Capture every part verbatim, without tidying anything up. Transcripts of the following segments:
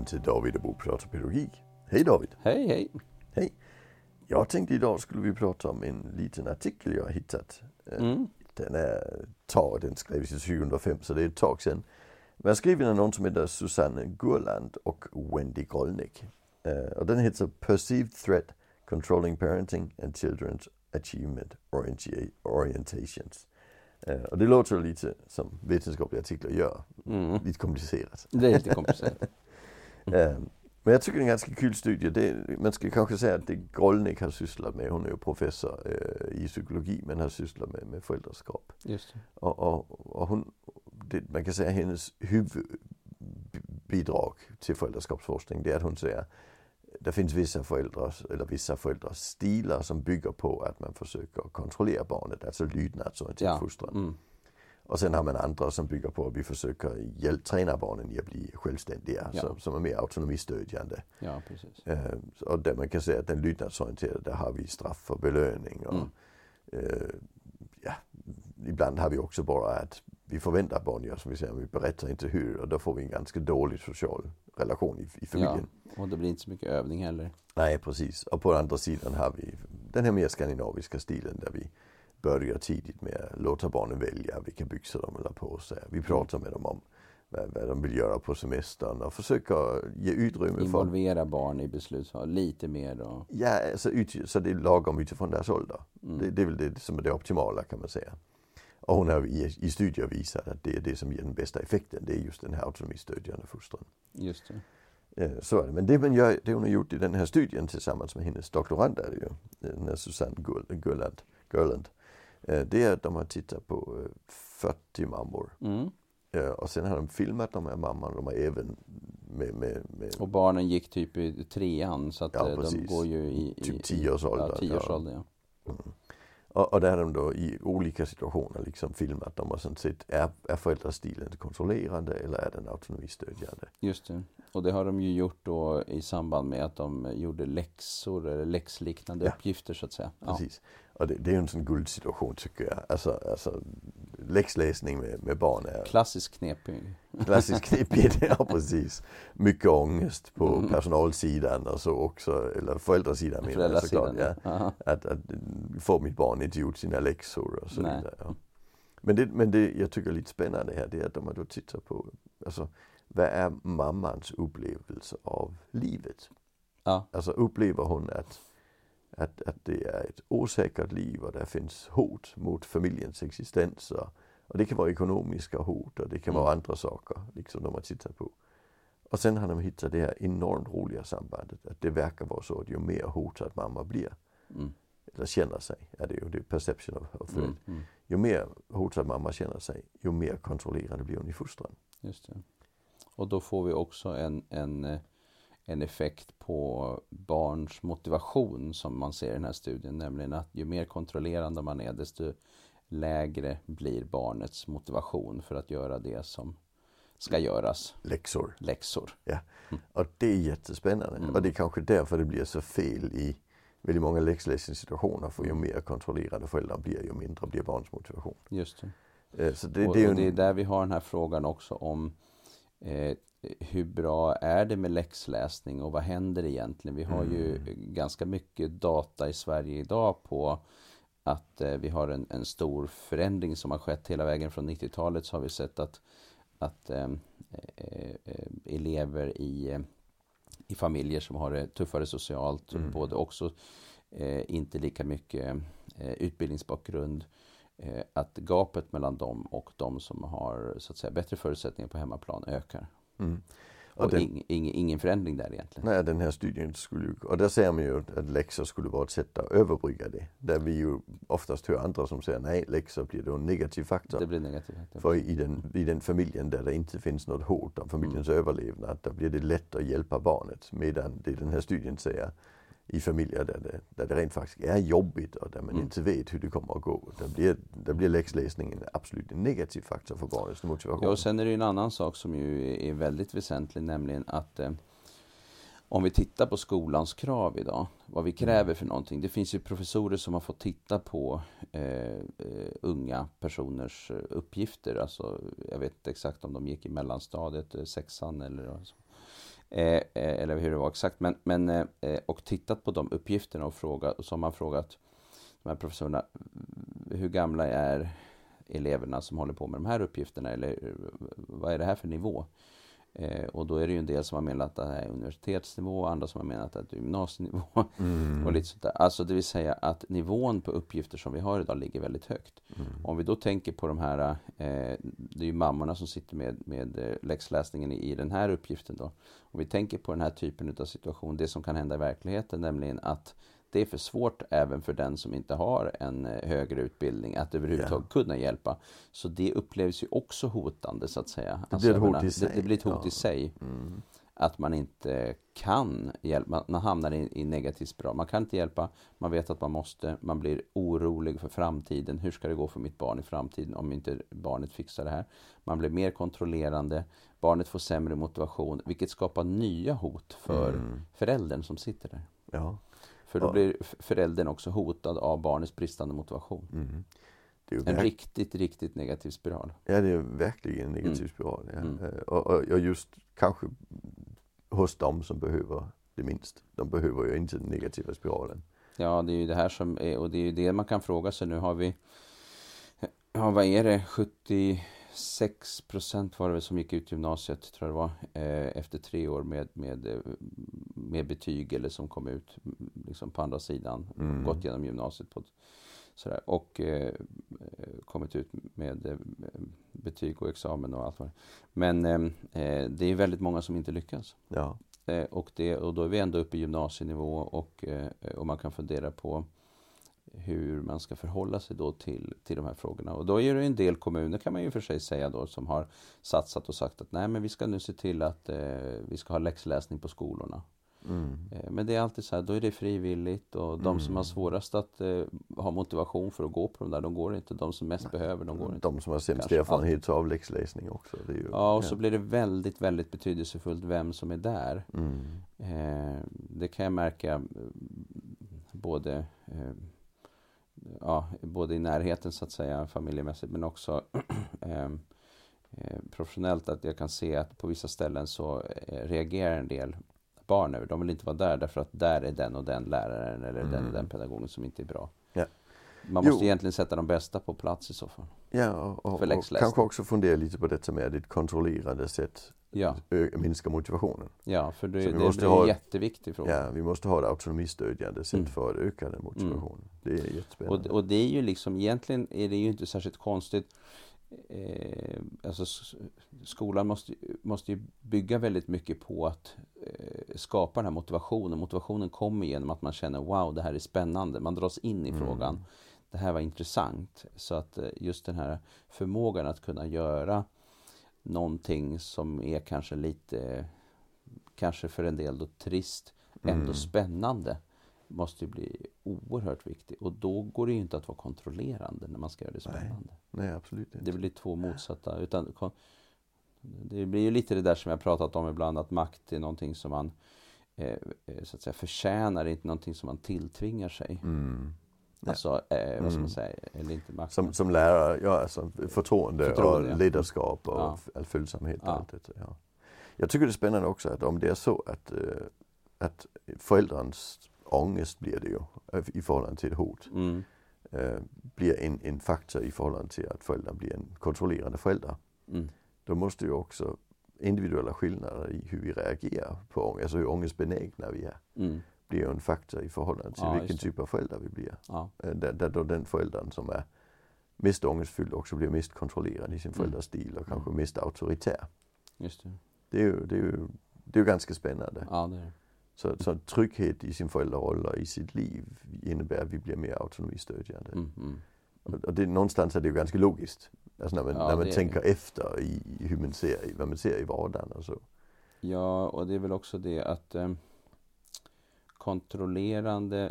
välkommen till David och Bo pratar pedagogik. Hej David. Hej, hej. Hej. Jag tänkte idag skulle vi prata om en liten artikel jag har hittat. Mm. Den är tag, den skrevs i tjugohundrafem så det är ett tag sedan. Men jag skrev den någon som heter Susanne Gurland och Wendy Grolnick. Och den heter Perceived Threat Controlling Parenting and Children's Achievement Orientations. Uh, och det låter lite som vetenskapliga artiklar gör. Mm. Lite komplicerat. Det är lite komplicerat. uh, men jag tycker det är en ganska kul studie. Det, man ska kanske säga att det Grolnick har sysslat med. Hon är ju professor uh, i psykologi men har sysslat med, med föräldraskap. Just det. Och, och, och hon, det, man kan säga att hennes huvudbidrag till föräldraskapsforskning det är att hon säger det finns vissa föräldrar eller vissa föräldrars stilar som bygger på att man försöker kontrollera barnet, alltså lydnadsorienterad ja. fostran. Mm. Och sen har man andra som bygger på att vi försöker hjälp, träna barnen i att bli självständiga, ja. som, som är mer autonomistödjande. Ja, precis. Eh, och där man kan säga att den lydnadsorienterade, där har vi straff och belöning. Och, mm. eh, ja, ibland har vi också bara att vi förväntar barn gör som vi säger, vi berättar inte hur och då får vi en ganska dålig social relation i, i familjen. Ja, och det blir inte så mycket övning heller. Nej, precis. Och på andra sidan har vi den här mer skandinaviska stilen där vi börjar tidigt med att låta barnen välja vilka byxor de vill ha på sig. Vi pratar med dem om vad, vad de vill göra på semestern och försöker ge utrymme för... Involvera barn i beslut lite mer. Och... Ja, alltså, ut, så det är lagom utifrån deras ålder. Mm. Det, det är väl det som är det optimala kan man säga. Och hon har i, i studier visat att det är det som ger den bästa effekten. Det är just den här autonomistödjande fostran. Just det. Så är det. Men det, man gör, det hon har gjort i den här studien tillsammans med hennes doktorand är ju, den här Susanne Gurland, Gurland, det är att de har tittat på fyrtio mammor. Mm. Och sen har de filmat de här mammorna. De har även med, med, med... Och barnen gick typ i trean så att ja, de går ju i... i typ tio års ålder. Ja, tio års ålder, ja. Mm. Och, och där har de då i olika situationer liksom filmat dem och sen sett, är, är föräldrastilen kontrollerande eller är den autonomistödjande? Just det. Och det har de ju gjort då i samband med att de gjorde läxor eller läxliknande ja. uppgifter så att säga. Precis. Ja. Och det, det är ju en sån guldsituation tycker jag. Alltså, alltså läxläsning med, med barn är... Klassisk knepig. Klassisk knepig, ja precis. Mycket ångest på mm. personalsidan och så också, eller föräldrasidan menar jag såklart. Ja. Att, att få mitt barn inte gjort sina läxor och så Nej. vidare. Ja. Men, det, men det jag tycker är lite spännande här det är att de har då tittat på, alltså vad är mammans upplevelse av livet? Ja. Alltså upplever hon att Att, att det är ett osäkert liv och där finns hot mot familjens existens. Och det kan vara ekonomiska hot och det kan mm. vara andra saker liksom de har tittat på. Och sen har de hittat det här enormt roliga sambandet. Att det verkar vara så att ju mer hotad mamma blir, mm. eller känner sig, är det ju det perception of, of mm. mm. ju mer hotad mamma känner sig, ju mer kontrollerande blir hon i fostran. Just det. Och då får vi också en... en en effekt på barns motivation som man ser i den här studien. Nämligen att ju mer kontrollerande man är desto lägre blir barnets motivation för att göra det som ska göras. Läxor. Läxor. Ja, och det är jättespännande. Mm. Och det är kanske därför det blir så fel i väldigt många läxläsningssituationer. För ju mer kontrollerade föräldrar blir ju mindre blir barns motivation. Just det. Så det, och, det är och det är en... där vi har den här frågan också om eh, hur bra är det med läxläsning och vad händer egentligen? Vi har mm. ju ganska mycket data i Sverige idag på att eh, vi har en, en stor förändring som har skett hela vägen från nittiotalet. Så har vi sett att, att eh, eh, elever i, i familjer som har det tuffare socialt, mm. både också eh, inte lika mycket eh, utbildningsbakgrund, eh, att gapet mellan dem och de som har så att säga bättre förutsättningar på hemmaplan ökar. Mm. Och, och den, ing, ing, ingen förändring där egentligen. Nej, den här studien skulle ju, och där ser man ju att läxor skulle vara ett sätt att överbrygga det. Där vi ju oftast hör andra som säger nej, läxor blir då en negativ faktor. Det blir negativ faktor. För i den, i den familjen där det inte finns något hot om familjens mm. överlevnad, där blir det lätt att hjälpa barnet. Medan det den här studien säger i familjer där det, där det rent faktiskt är jobbigt och där man mm. inte vet hur det kommer att gå. Där blir, där blir läxläsningen absolut en negativ faktor för barnets motivation. Ja, och sen är det en annan sak som ju är väldigt väsentlig, nämligen att eh, om vi tittar på skolans krav idag, vad vi kräver för någonting. Det finns ju professorer som har fått titta på eh, eh, unga personers uppgifter. Alltså, jag vet inte exakt om de gick i mellanstadiet, sexan eller så. Eh, eller hur det var exakt. Men, men, eh, och tittat på de uppgifterna och frågat, och så har man frågat de här professorerna, hur gamla är eleverna som håller på med de här uppgifterna, eller vad är det här för nivå? Eh, och då är det ju en del som har menat att det här är universitetsnivå, andra som har menat att det är gymnasienivå mm. och lite sånt där. Alltså det vill säga att nivån på uppgifter som vi har idag ligger väldigt högt. Mm. Om vi då tänker på de här, eh, det är ju mammorna som sitter med, med läxläsningen i, i den här uppgiften då. Om vi tänker på den här typen av situation, det som kan hända i verkligheten, nämligen att det är för svårt även för den som inte har en högre utbildning att överhuvudtaget yeah. kunna hjälpa. Så det upplevs ju också hotande så att säga. Det blir ett hot i sig. Det, det blir ett hot ja. i sig. Mm. Att man inte kan hjälpa. Man hamnar i, i negativ spiral. Man kan inte hjälpa. Man vet att man måste. Man blir orolig för framtiden. Hur ska det gå för mitt barn i framtiden om inte barnet fixar det här? Man blir mer kontrollerande. Barnet får sämre motivation. Vilket skapar nya hot för mm. föräldern som sitter där. Ja. För då blir föräldern också hotad av barnets bristande motivation. Mm. Det är en verk- riktigt, riktigt negativ spiral. Ja, det är verkligen en negativ mm. spiral. Ja. Mm. Och, och, och just kanske hos dem som behöver det minst. De behöver ju inte den negativa spiralen. Ja, det är ju det här som är, och det är ju det man kan fråga sig. Nu har vi, ja vad är det, sjuttiosex procent var det som gick ut gymnasiet tror jag det var, eh, efter tre år med, med, med betyg eller som kom ut liksom på andra sidan, mm. gått genom gymnasiet på sådär, och eh, kommit ut med eh, betyg och examen och allt vad det. Men eh, det är väldigt många som inte lyckas. Ja. Eh, och, det, och då är vi ändå uppe i gymnasienivå och, eh, och man kan fundera på hur man ska förhålla sig då till, till de här frågorna. Och då är det en del kommuner kan man ju för sig säga då som har satsat och sagt att nej men vi ska nu se till att eh, vi ska ha läxläsning på skolorna. Mm. Eh, men det är alltid så här, då är det frivilligt och de mm. som har svårast att eh, ha motivation för att gå på de där, de går inte. De som mest behöver, de går inte. De som har sämst erfarenhet av läxläsning också. Det är ju, ja, och ja. Så blir det väldigt, väldigt betydelsefullt vem som är där. Mm. Eh, det kan jag märka både eh, ja, både i närheten så att säga familjemässigt men också eh, eh, professionellt, att jag kan se att på vissa ställen så eh, reagerar en del barn över. De vill inte vara där därför att där är den och den läraren eller mm. den och den pedagogen som inte är bra. Ja. Man måste jo. egentligen sätta de bästa på plats i så fall. Ja, och, och, och kanske också fundera lite på det som är ett kontrollerande sätt ja. Ö- minska motivationen. Ja, för det, det blir ha, en jätteviktig fråga. Ja, vi måste ha ett autonomistödjande sätt mm. för att öka den motivationen. Mm. Det är jättespännande. Och, och det är ju liksom, egentligen är det ju inte särskilt konstigt. Eh, alltså skolan måste, måste ju bygga väldigt mycket på att eh, skapa den här motivationen. Motivationen kommer genom att man känner wow, det här är spännande. Man dras in i mm. frågan. Det här var intressant. Så att eh, just den här förmågan att kunna göra någonting som är kanske lite, kanske för en del då trist, ändå mm. spännande, måste ju bli oerhört viktig. Och då går det ju inte att vara kontrollerande när man ska göra det spännande. Nej, nej absolut inte. Det blir två motsatta. Utan, det blir ju lite det där som jag pratat om ibland, att makt är någonting som man eh, så att säga förtjänar, inte någonting som man tilltvingar sig. Mm. Alltså, eh, vad ska man säga, eller inte makt. Som, som lärare, ja alltså förtroende, förtroende och ja. ledarskap och ja. följsamhet och ja. allt det. Ja. Jag tycker det är spännande också att om det är så att, att föräldrarnas ångest blir det ju i förhållande till hot. Mm. Eh, blir en, en faktor i förhållande till att föräldrar blir en kontrollerande förälder. Mm. Då måste ju också individuella skillnader i hur vi reagerar på ångest, alltså hur ångestbenägna vi är. Mm. Blir ju en faktor i förhållande till ja, vilken typ av förälder vi blir. Ja. Där, där då den föräldern som är mest ångestfylld också blir mest kontrollerad i sin föräldrastil och mm. kanske mest auktoritär. Just det. Det är ju, det är ju, det är ju ganska spännande. Ja, det är. Så, så trygghet i sin föräldraroll och i sitt liv innebär att vi blir mer autonomistödjande. Mm, mm. Och, och det, någonstans är det ju ganska logiskt. Alltså när man, ja, när man tänker är... efter i, i hur man ser, vad man ser i vardagen och så. Ja, och det är väl också det att eh, kontrollerande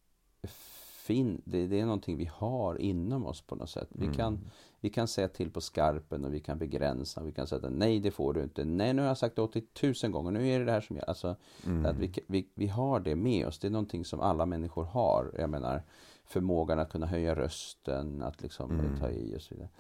fin, det, det är någonting vi har inom oss på något sätt. Vi, mm. kan, vi kan säga till på skarpen och vi kan begränsa. Vi kan säga nej, det får du inte. Nej, nu har jag sagt åttio tusen gånger. Nu är det det här som jag... Alltså, mm. att vi, vi, vi har det med oss. Det är någonting som alla människor har. Jag menar, förmågan att kunna höja rösten, att liksom mm. ta i och så vidare.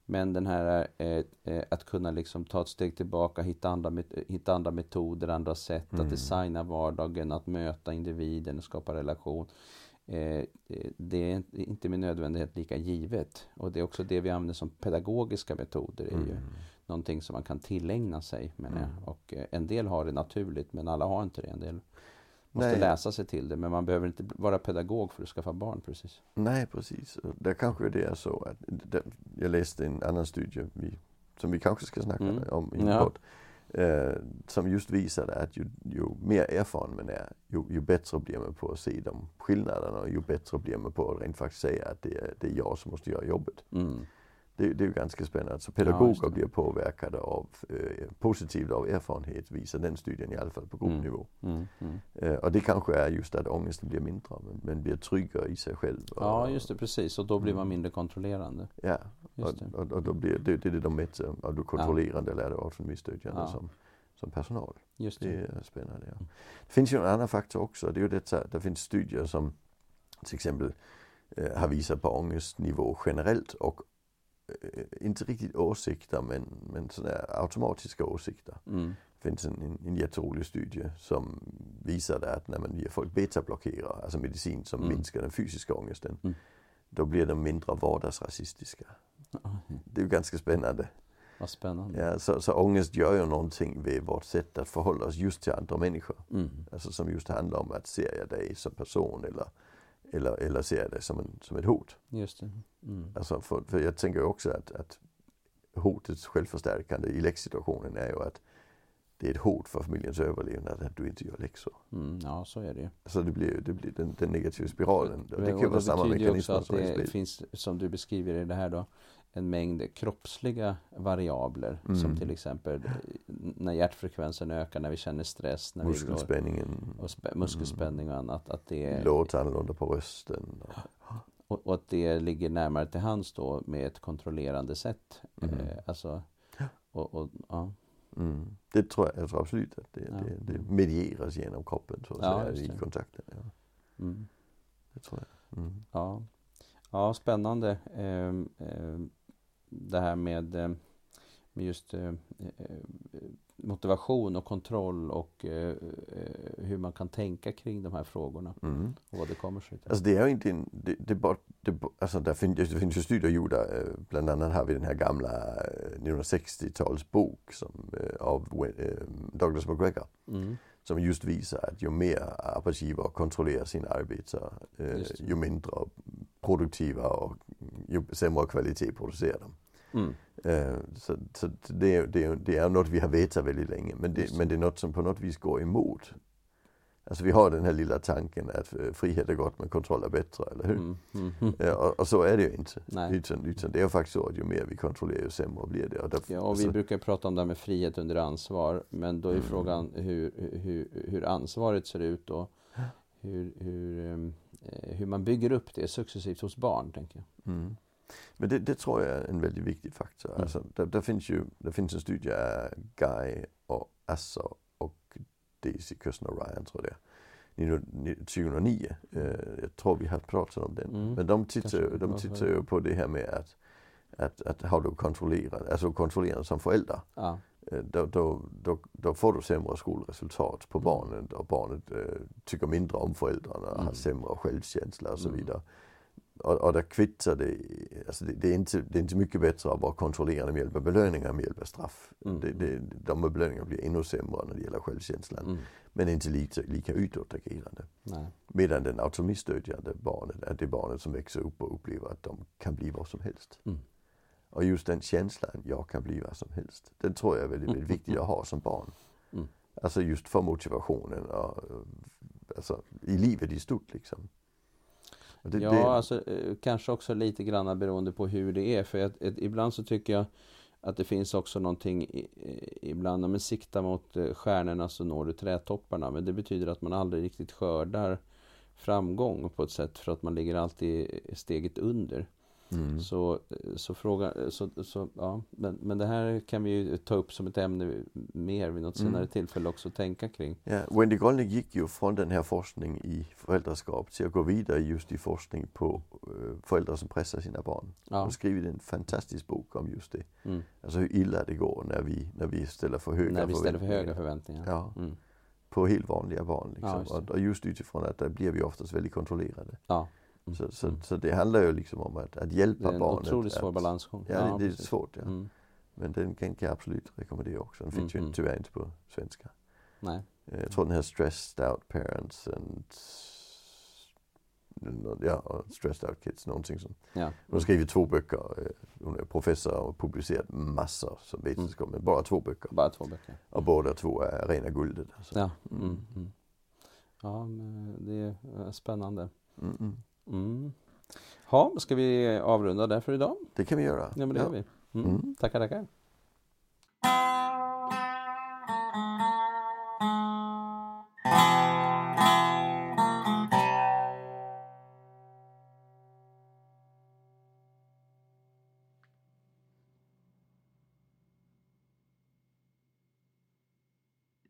Men den här eh, eh, att kunna liksom ta ett steg tillbaka, hitta andra, met- hitta andra metoder, andra sätt Mm. att designa vardagen, att möta individen och skapa relation. Eh, det är inte med nödvändighet lika givet. Och det är också det vi använder som pedagogiska metoder. Det är ju Mm. någonting som man kan tillägna sig. Men, Mm. och eh, en del har det naturligt, men alla har inte det. En del måste Nej. läsa sig till det, men man behöver inte vara pedagog för att skaffa barn precis. Nej, precis. Och där kanske det är så att det, jag läste en annan studie vi, som vi kanske ska snacka Mm. om i en Ja. podd. Eh, som just visade att ju, ju mer erfaren man är, ju, ju bättre blir man på att se de skillnaderna och ju bättre blir man på att rent faktiskt säga att det är, det är jag som måste göra jobbet. Mm. Det, det är ju ganska spännande. Så Ja, just pedagoger det. blir påverkade av eh, positivt av erfarenhet, visar den studien i alla fall på gruppnivå. Mm. Mm. Eh, och det kanske är just att ångesten blir mindre, men, men blir tryggare i sig själv. Och, Ja, just det, precis. Och då blir man Mm. mindre kontrollerande. Ja, och, Just det. och, och då blir det, det är det de mäter, och du kontrollerande eller är det autonomistödjande Ja. som, som personal. Just Det det. är spännande. Ja. Det finns ju en annan faktor också, det är ju detta, det finns studier som till exempel eh, har visat på ångestnivå generellt och eh, inte riktigt åsikter men, men sådär automatiska åsikter. Mm. Det finns en, en, en jätterolig studie som visade att när man ger folk betablockerare, alltså medicin som Mm. minskar den fysiska ångesten, Mm. då blir de mindre vardagsrasistiska. Det är ju ganska spännande. Vad spännande. Ja, så, så ångest gör ju någonting vid vårt sätt att förhålla oss just till andra människor. Mm. Alltså som just handlar om att ser jag dig som person eller, eller, eller ser jag dig som, en, som ett hot. Just det. Mm. Alltså för, för jag tänker också att, att hotets självförstärkande i läxsituationen är ju att det är ett hot för familjens överlevnad att du inte gör läxor. Mm. Ja, så är det ju. Så det blir, det blir den, den negativa spiralen. Det, det Och kan vara samma betyder ju mekanism också att som det det finns, som du beskriver i det här då, en mängd kroppsliga variabler. Mm. Som till exempel när hjärtfrekvensen ökar, när vi känner stress, när muskelspänningen, vi går, och sp- muskelspänning och annat. Att det, låter annorlunda på rösten. och, och att det ligger närmare till hands då med ett kontrollerande sätt. Mm. Eh, alltså, och, och, ja. Mm. Det tror jag, jag tror absolut att det, Ja. det, det medieras genom kroppen så att Ja, säga, just i det. kontakten. Ja. Mm. Det tror jag. Mm. Ja. Ja, spännande. Ehm, ehm, det här med, eh, med just eh, eh, motivation och kontroll och eh, eh, hur man kan tänka kring de här frågorna Mm. och vad det kommer sig till. Alltså det är ju inte en, det, det, bara, det, alltså där finns, det finns ju studier gjorda, eh, bland annat har vi den här gamla eh, nittonhundrasextio-tals bok som, eh, av eh, Douglas McGregor. Mm. Som just visar att ju mer arbetsgivare kontrollerar sina arbetare, eh, Just det. ju mindre produktiva och ju sämre kvalitet producerar de. Mm. Eh, så så det, är, det, är, det är något vi har vetat väldigt länge, men det, Just det. men det är något som på något vis går emot. Alltså vi har den här lilla tanken att eh, frihet är gott men kontroll är bättre, eller hur? Mm. Mm. Mm. Ja, och, och så är det ju inte. Nej. Utan, utan det är ju faktiskt så att ju mer vi kontrollerar ju sämre blir det. Och därför, Ja, och vi alltså, brukar prata om det här med frihet under ansvar, men då är Mm. frågan hur, hur, hur ansvaret ser ut och hur, hur, ehm, eh, hur man bygger upp det successivt hos barn, tänker jag. mm. Men det, det tror jag är en väldigt viktig faktor. Mm. Alltså, där, där finns ju det finns en studie av Guy och Asser och Daisy Kushner Ryan, tror jag det är, tjugohundranio. Eh, jag tror vi har pratat om den. Mm. Men de tittar, Kanske. de tittar ju på det här med att, att, att har du kontrollerat, alltså kontrollerat som förälder. Ja. Eh, Då, då, då, då får du sämre skolresultat på Mm. barnet och barnet eh, tycker mindre om föräldrarna och har Mm. sämre självkänsla och så Mm. vidare. Och, och där kvittar det, alltså det, det, är inte, det är inte mycket bättre att vara kontrollerande med hjälp av belöningar med hjälp av straff. Mm. Det, det, de belöningarna blir ännu sämre när det gäller självkänslan. Mm. Men inte lika, lika utåtagerande. Nej. Medan den autonomistödjande barnet är det barnet som växer upp och upplever att de kan bli vad som helst. Mm. Och just den känslan, jag kan bli vad som helst, den tror jag är väldigt, väldigt viktig att ha som barn. Mm. Alltså just för motivationen och, alltså, i livet i stort liksom. Och det, Ja, det, alltså eh, kanske också lite grann beroende på hur det är. För jag, ett, ibland så tycker jag att det finns också någonting, i, i, ibland när man siktar mot eh, stjärnorna så når du trädtopparna. Men det betyder att man aldrig riktigt skördar framgång på ett sätt, för att man ligger alltid steget under. Mm. Så, så frågan, så, så, ja, men, men det här kan vi ju ta upp som ett ämne mer vid något senare Mm. tillfälle också, tänka kring. Ja, Wendy Goldnick gick ju från den här forskning i föräldraskap till att gå vidare just i forskning på uh, föräldrar som pressar sina barn. Ja. Hon har skrivit en fantastisk bok om just det. Mm. Alltså hur illa det går när vi, när vi ställer för höga När vi ställer för förväntningar. höga förväntningar. Ja, Mm. på helt vanliga barn. Liksom. Ja, just det. och, och just utifrån att där blir vi oftast väldigt kontrollerade. Ja. Mm. Så, så, Mm. så det handlar ju liksom om att, att hjälpa Det är en barnet. otroligt svår att, balansgång. Ja, det, det är precis. svårt. Ja. Mm. Men den kan jag absolut rekommendera också. Den finns Mm, ju tyvärr inte på svenska. Nej. Eh, Jag tror den här Stressed Out Parents and ja, och Stressed Out Kids, någonting sånt. Ja. Hon har skrivit två böcker. Hon är professor och publicerat massor som vetenskap, mm. men bara två böcker. Bara två böcker. Och båda två är rena guldet. Alltså. Ja. Mm. Mm. Ja, men det är spännande. Mm, mm. Mm. Ja, ska vi avrunda där för idag? Det kan vi göra. Ja, men det ja. gör vi. Mm. Mm. Tackar, tackar.